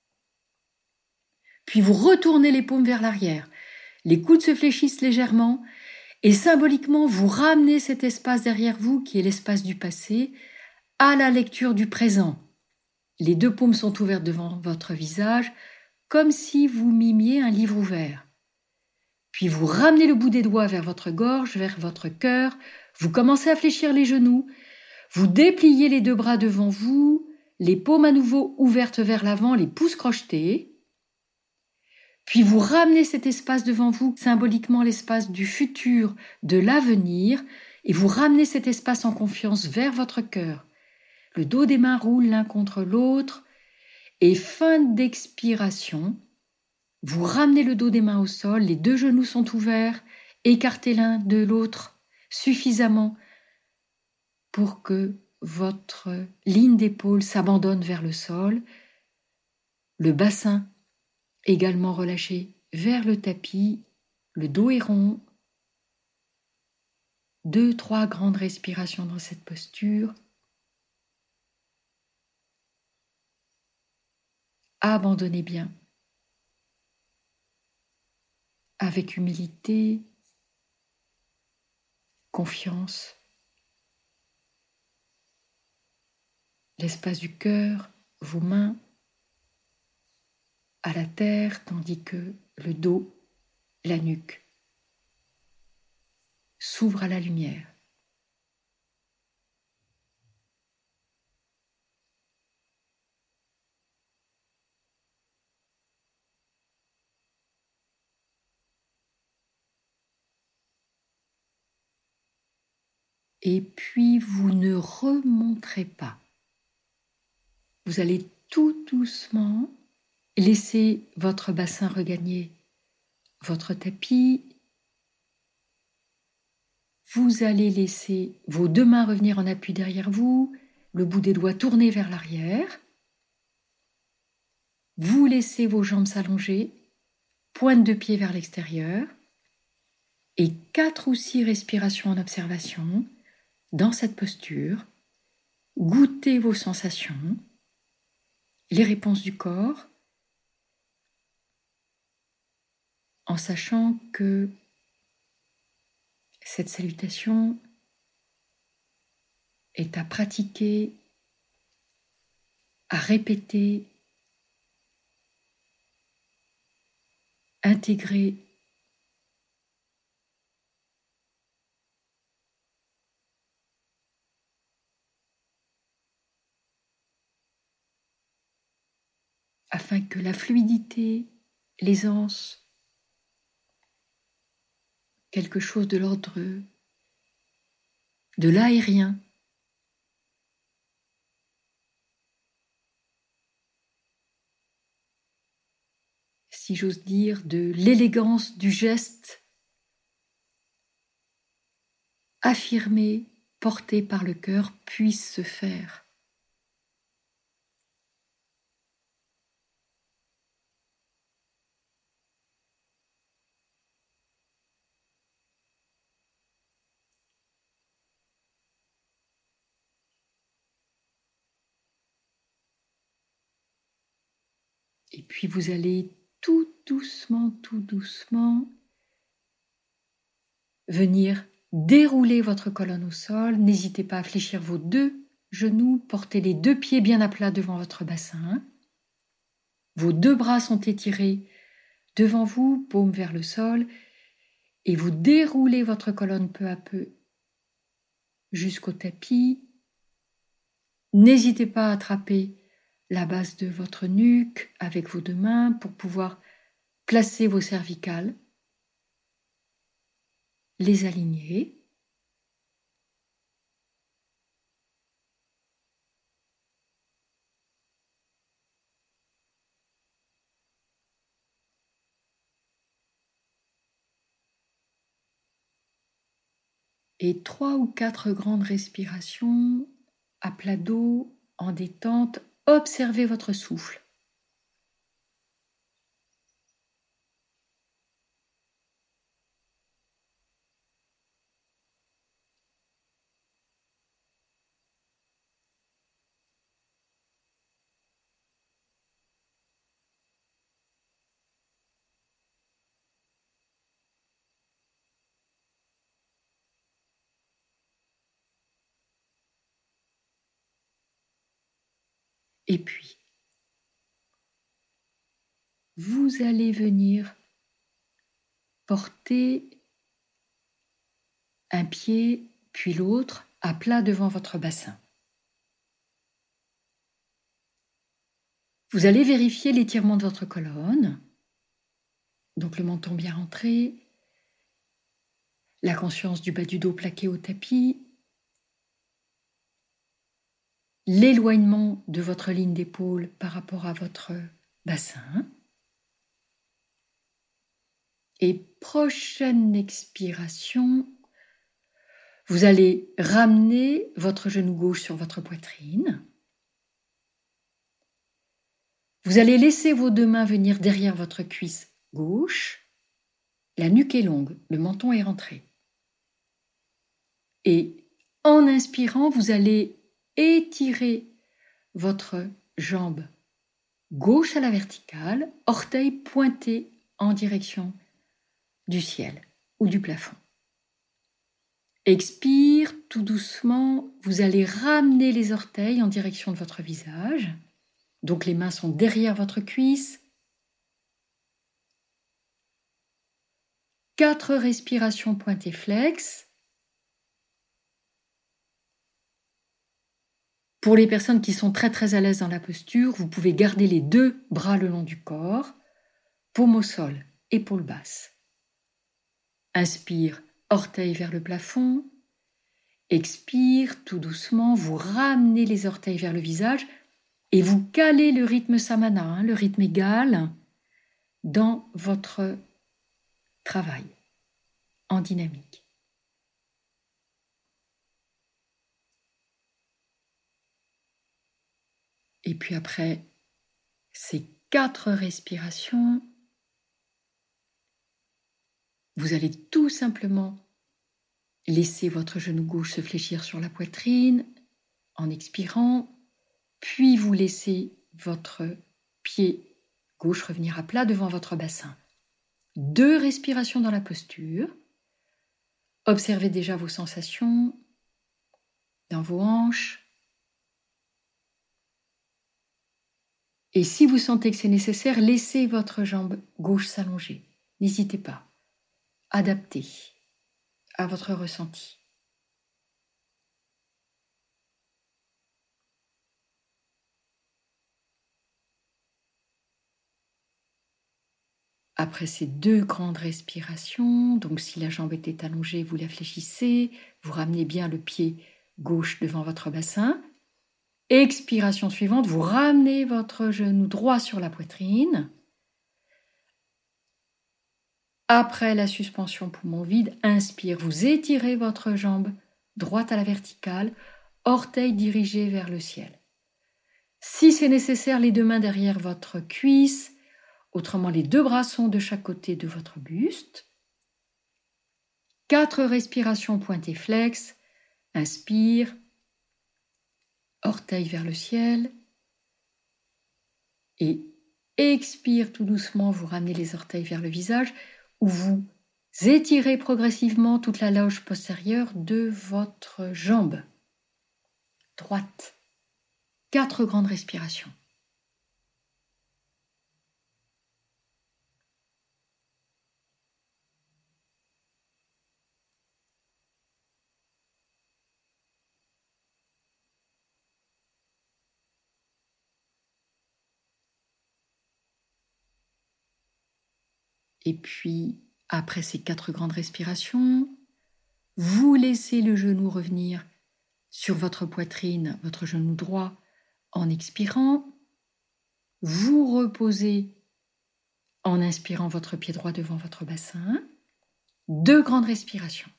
Puis vous retournez les paumes vers l'arrière. Les coudes se fléchissent légèrement et symboliquement vous ramenez cet espace derrière vous, qui est l'espace du passé, à la lecture du présent. Les 2 paumes sont ouvertes devant votre visage, comme si vous mimiez un livre ouvert. Puis vous ramenez le bout des doigts vers votre gorge, vers votre cœur, vous commencez à fléchir les genoux, vous dépliez les 2 bras devant vous, les paumes à nouveau ouvertes vers l'avant, les pouces crochetés. Puis vous ramenez cet espace devant vous, symboliquement l'espace du futur, de l'avenir, et vous ramenez cet espace en confiance vers votre cœur. Le dos des mains roule l'un contre l'autre, et fin d'expiration, vous ramenez le dos des mains au sol, les 2 genoux sont ouverts, écartés l'un de l'autre suffisamment pour que votre ligne d'épaule s'abandonne vers le sol, le bassin également relâché vers le tapis, le dos est rond. 2-3 grandes respirations dans cette posture. Abandonnez bien. Avec humilité, confiance. L'espace du cœur, vos mains à la terre, tandis que le dos, la nuque, s'ouvre à la lumière. Et puis vous ne remonterez pas. Vous allez tout doucement laisser votre bassin regagner votre tapis. Vous allez laisser vos 2 mains revenir en appui derrière vous, le bout des doigts tourné vers l'arrière. Vous laissez vos jambes s'allonger, pointe de pied vers l'extérieur, et 4 ou 6 respirations en observation dans cette posture. Goûtez vos sensations, les réponses du corps, en sachant que cette salutation est à pratiquer, à répéter, intégrer afin que la fluidité, l'aisance, quelque chose de l'ordre de l'aérien, si j'ose dire, de l'élégance du geste affirmée, portée par le cœur, puisse se faire. Et puis vous allez tout doucement, venir dérouler votre colonne au sol. N'hésitez pas à fléchir vos 2 genoux, portez les 2 pieds bien à plat devant votre bassin. Vos 2 bras sont étirés devant vous, paume vers le sol, et vous déroulez votre colonne peu à peu jusqu'au tapis. N'hésitez pas à attraper la base de votre nuque avec vos 2 mains pour pouvoir placer vos cervicales, les aligner. Et 3 ou 4 grandes respirations à plat dos, en détente. Observez votre souffle. Et puis, vous allez venir porter un pied puis l'autre à plat devant votre bassin. Vous allez vérifier l'étirement de votre colonne, donc le menton bien rentré, la conscience du bas du dos plaqué au tapis, l'éloignement de votre ligne d'épaule par rapport à votre bassin. Et prochaine expiration, vous allez ramener votre genou gauche sur votre poitrine. Vous allez laisser vos 2 mains venir derrière votre cuisse gauche. La nuque est longue, le menton est rentré. Et en inspirant, vous allez étirer votre jambe gauche à la verticale, orteil pointé en direction du ciel ou du plafond. Expire tout doucement, vous allez ramener les orteils en direction de votre visage. Donc les mains sont derrière votre cuisse. 4 respirations pointées flex. Pour les personnes qui sont très à l'aise dans la posture, vous pouvez garder les 2 bras le long du corps, paume au sol, épaule basse. Inspire, orteils vers le plafond. Expire tout doucement, vous ramenez les orteils vers le visage et vous calez le rythme samana, le rythme égal, dans votre travail en dynamique. Et puis après ces 4 respirations, vous allez tout simplement laisser votre genou gauche se fléchir sur la poitrine en expirant, puis vous laissez votre pied gauche revenir à plat devant votre bassin. 2 respirations dans la posture. Observez déjà vos sensations dans vos hanches. Et si vous sentez que c'est nécessaire, laissez votre jambe gauche s'allonger. N'hésitez pas. Adaptez à votre ressenti. Après ces 2 grandes respirations, donc si la jambe était allongée, vous la fléchissez, vous ramenez bien le pied gauche devant votre bassin. Expiration suivante, vous ramenez votre genou droit sur la poitrine. Après la suspension poumon vide, inspire, vous étirez votre jambe droite à la verticale, orteils dirigés vers le ciel. Si c'est nécessaire, les deux mains derrière votre cuisse, autrement les deux bras sont de chaque côté de votre buste. 4 respirations pointées flex. Inspire, orteils vers le ciel. Et expire tout doucement, vous ramenez les orteils vers le visage, où vous étirez progressivement toute la loge postérieure de votre jambe droite. 4 grandes respirations. Et puis, après ces 4 grandes respirations, vous laissez le genou revenir sur votre poitrine, votre genou droit, en expirant. Vous reposez en inspirant votre pied droit devant votre bassin. 2 grandes respirations.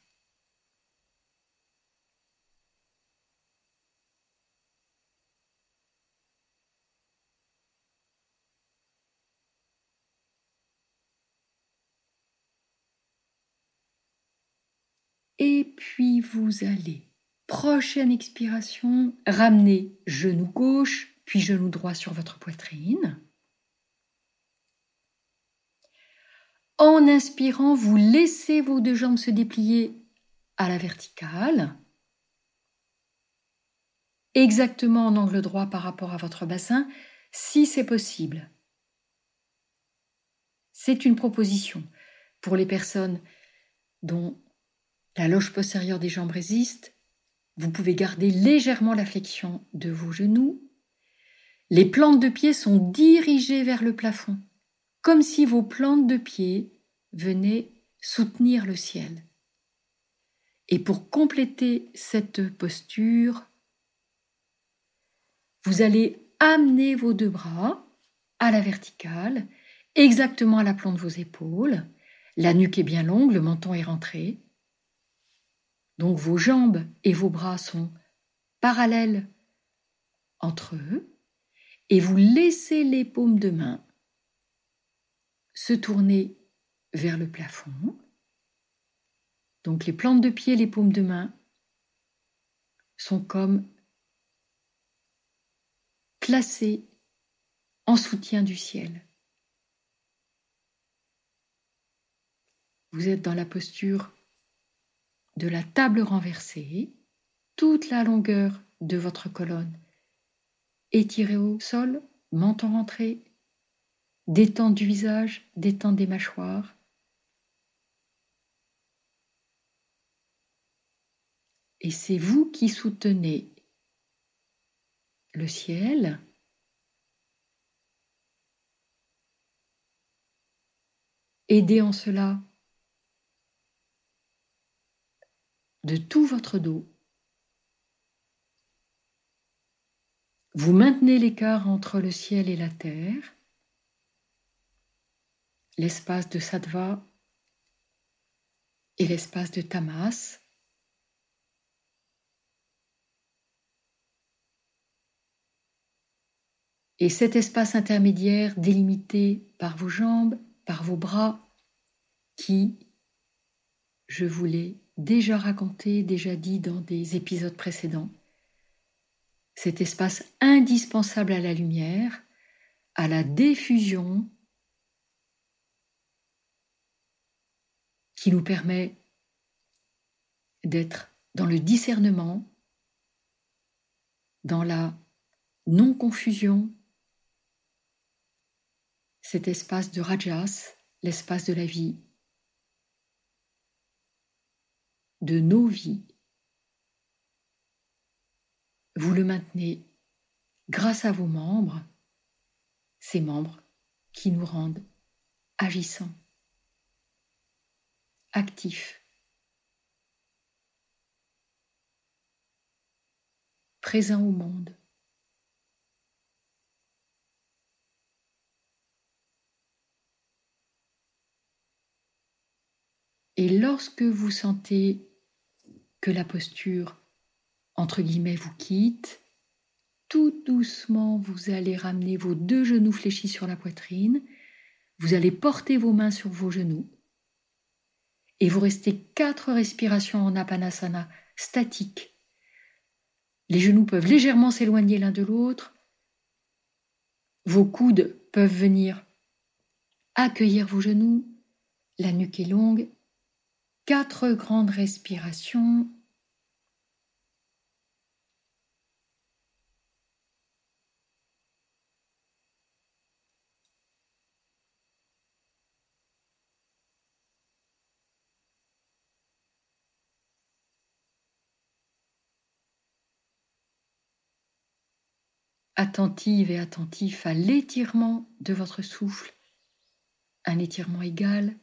Et puis vous allez, prochaine expiration, ramener genou gauche, puis genou droit sur votre poitrine. En inspirant, vous laissez vos 2 jambes se déplier à la verticale, exactement en angle droit par rapport à votre bassin, si c'est possible. C'est une proposition pour les personnes dont la loge postérieure des jambes résiste. Vous pouvez garder légèrement la flexion de vos genoux. Les plantes de pied sont dirigées vers le plafond, comme si vos plantes de pied venaient soutenir le ciel. Et pour compléter cette posture, vous allez amener vos 2 bras à la verticale, exactement à l'aplomb de vos épaules. La nuque est bien longue, le menton est rentré. Donc vos jambes et vos bras sont parallèles entre eux et vous laissez les paumes de main se tourner vers le plafond. Donc les plantes de pied, les paumes de main sont comme placées en soutien du ciel. Vous êtes dans la posture de la table renversée, toute la longueur de votre colonne étirée au sol, menton rentré, détente du visage, détente des mâchoires. Et c'est vous qui soutenez le ciel. Aidez en cela de tout votre dos. Vous maintenez l'écart entre le ciel et la terre, l'espace de Sattva et l'espace de Tamas. Et cet espace intermédiaire délimité par vos jambes, par vos bras, qui, je vous l'ai déjà raconté, déjà dit dans des épisodes précédents, cet espace indispensable à la lumière, à la diffusion, qui nous permet d'être dans le discernement, dans la non-confusion, cet espace de Rajas, l'espace de la vie, de nos vies. Vous le maintenez grâce à vos membres, ces membres qui nous rendent agissants, actifs, présents au monde. Et lorsque vous sentez que la posture, entre guillemets, vous quitte, tout doucement, vous allez ramener vos 2 genoux fléchis sur la poitrine, vous allez porter vos mains sur vos genoux, et vous restez 4 respirations en Apanasana statique. Les genoux peuvent légèrement s'éloigner l'un de l'autre, vos coudes peuvent venir accueillir vos genoux, la nuque est longue. 4 grandes respirations. Attentive et attentif à l'étirement de votre souffle, un étirement égal.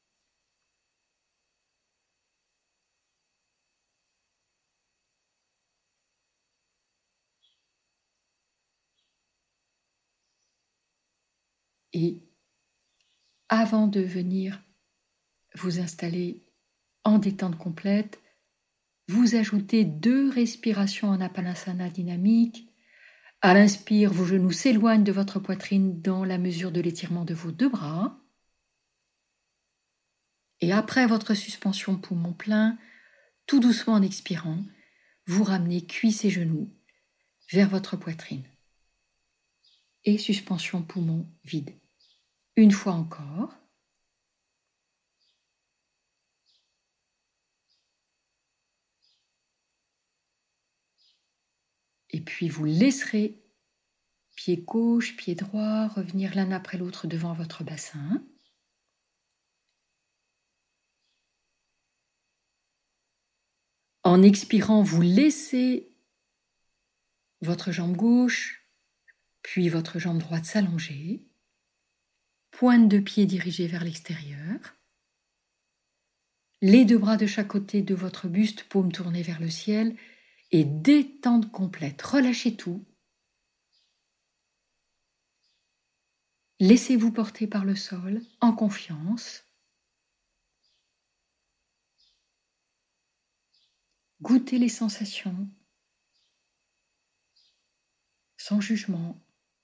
Et avant de venir vous installer en détente complète, vous ajoutez 2 respirations en Apanasana dynamique. À l'inspire, vos genoux s'éloignent de votre poitrine dans la mesure de l'étirement de vos 2 bras. Et après votre suspension poumon plein, tout doucement en expirant, vous ramenez cuisses et genoux vers votre poitrine. Et suspension poumon vide. Une fois encore. Et puis vous laisserez pied gauche, pied droit revenir l'un après l'autre devant votre bassin. En expirant, vous laissez votre jambe gauche, puis votre jambe droite s'allonger. Pointe de pied dirigée vers l'extérieur. Les 2 bras de chaque côté de votre buste, paume tournée vers le ciel. Et détente complète. Relâchez tout. Laissez-vous porter par le sol, en confiance. Goûtez les sensations, sans jugement.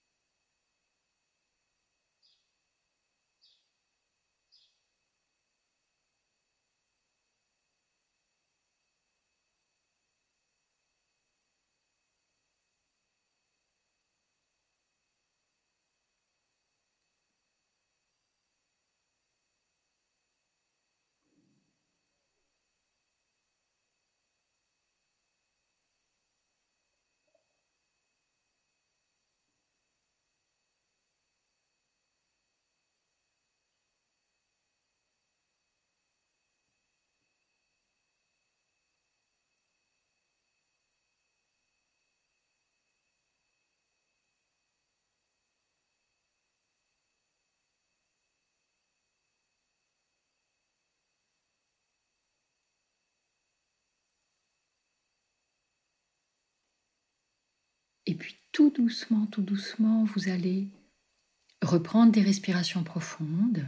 Et puis tout doucement, vous allez reprendre des respirations profondes.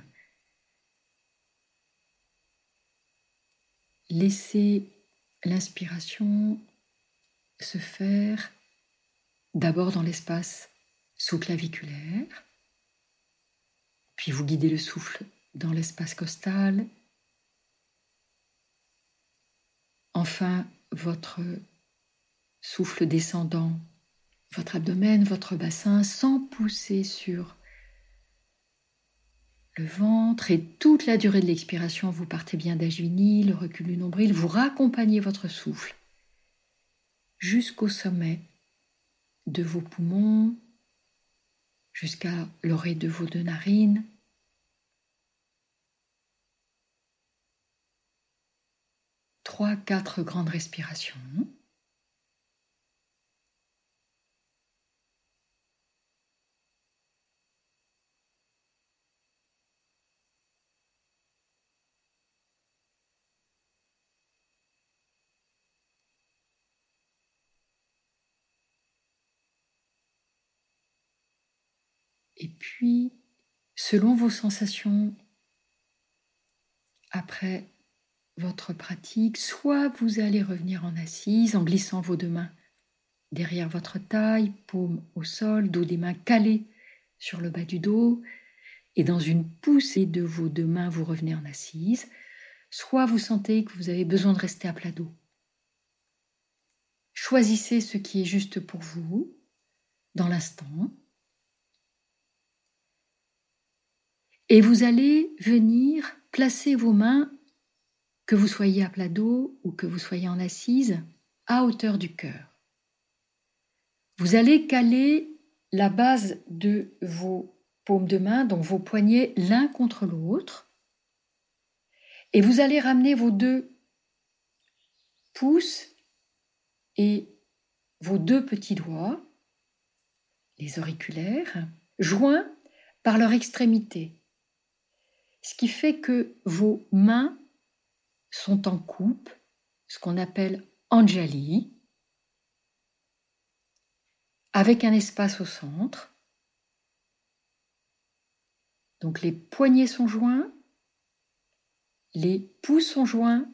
Laissez l'inspiration se faire d'abord dans l'espace sous-claviculaire, puis vous guidez le souffle dans l'espace costal. Enfin, votre souffle descendant votre abdomen, votre bassin, sans pousser sur le ventre. Et toute la durée de l'expiration, vous partez bien d'Ajvini, le recul du nombril, vous raccompagnez votre souffle jusqu'au sommet de vos poumons, jusqu'à l'oreille de vos 2 narines. Trois, 4 grandes respirations. Et puis, selon vos sensations, après votre pratique, soit vous allez revenir en assise en glissant vos deux mains derrière votre taille, paume au sol, dos des mains calés sur le bas du dos, et dans une poussée de vos deux mains, vous revenez en assise, soit vous sentez que vous avez besoin de rester à plat dos. Choisissez ce qui est juste pour vous dans l'instant. Et vous allez venir placer vos mains, que vous soyez à plat dos ou que vous soyez en assise, à hauteur du cœur. Vous allez caler la base de vos paumes de main, donc vos poignets l'un contre l'autre, et vous allez ramener vos deux pouces et vos deux petits doigts, les auriculaires, joints par leur extrémité. Ce qui fait que vos mains sont en coupe, ce qu'on appelle Anjali, avec un espace au centre. Donc les poignets sont joints, les pouces sont joints,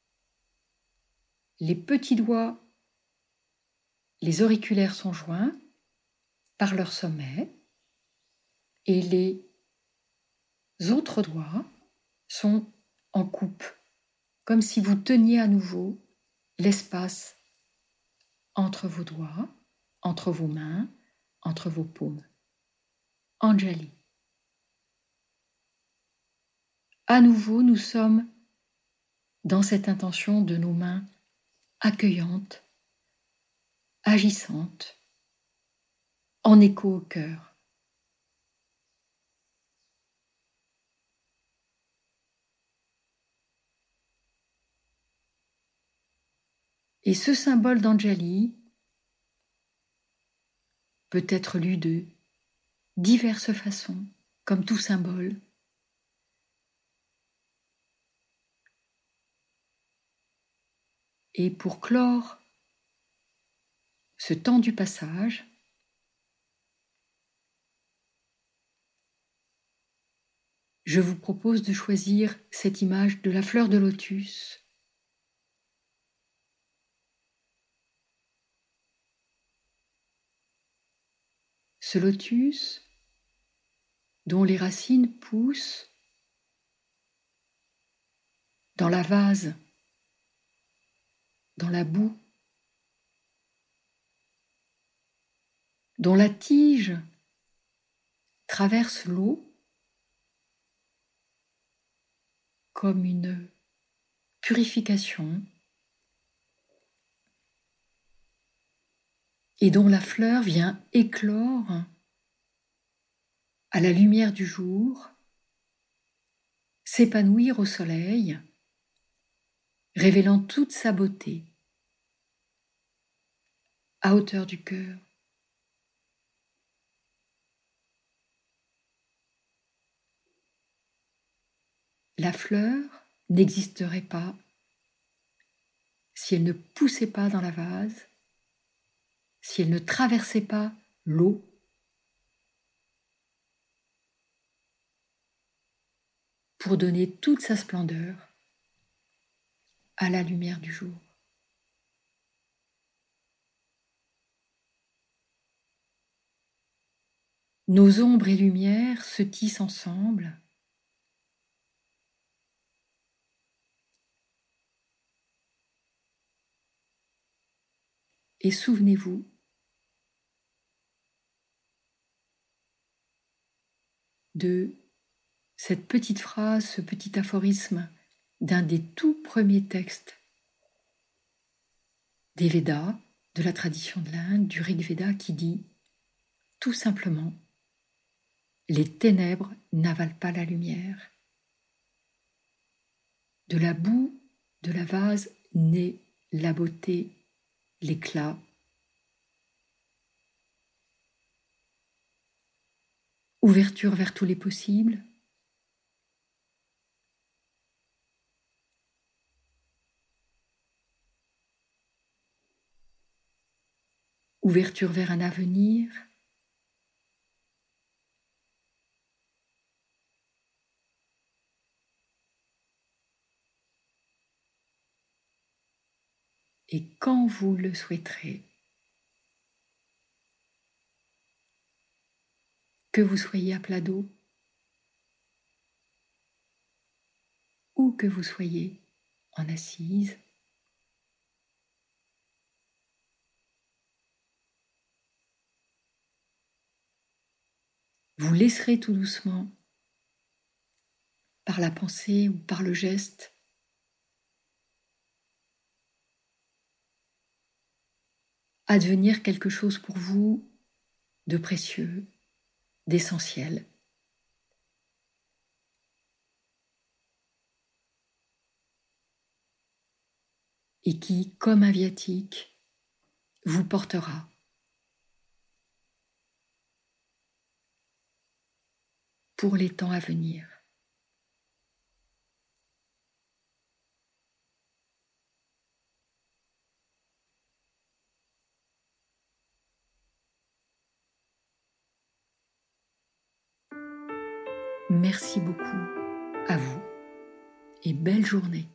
les petits doigts, les auriculaires sont joints par leur sommet et les autres doigts sont en coupe, comme si vous teniez à nouveau l'espace entre vos doigts, entre vos mains, entre vos paumes. Anjali. À nouveau, nous sommes dans cette intention de nos mains accueillantes, agissantes, en écho au cœur. Et ce symbole d'Anjali peut être lu de diverses façons, comme tout symbole. Et pour clore ce temps du passage, je vous propose de choisir cette image de la fleur de lotus. Ce lotus dont les racines poussent dans la vase, dans la boue, dont la tige traverse l'eau comme une purification et dont la fleur vient éclore à la lumière du jour, s'épanouir au soleil, révélant toute sa beauté à hauteur du cœur. La fleur n'existerait pas si elle ne poussait pas dans la vase, si elle ne traversait pas l'eau, pour donner toute sa splendeur à la lumière du jour. Nos ombres et lumières se tissent ensemble. Et souvenez-vous de cette petite phrase, ce petit aphorisme d'un des tout premiers textes des Védas, de la tradition de l'Inde, du Rig Veda, qui dit tout simplement: les ténèbres n'avalent pas la lumière. De la boue de la vase naît la beauté, l'éclat. Ouverture vers tous les possibles. Ouverture vers un avenir. et quand vous le souhaiterez. Que vous soyez à plat dos ou que vous soyez en assise, vous laisserez tout doucement, par la pensée ou par le geste, advenir quelque chose pour vous de précieux, d'essentiel. Et qui, comme un viatique, vous portera. Pour les temps à venir. Merci beaucoup à vous et belle journée.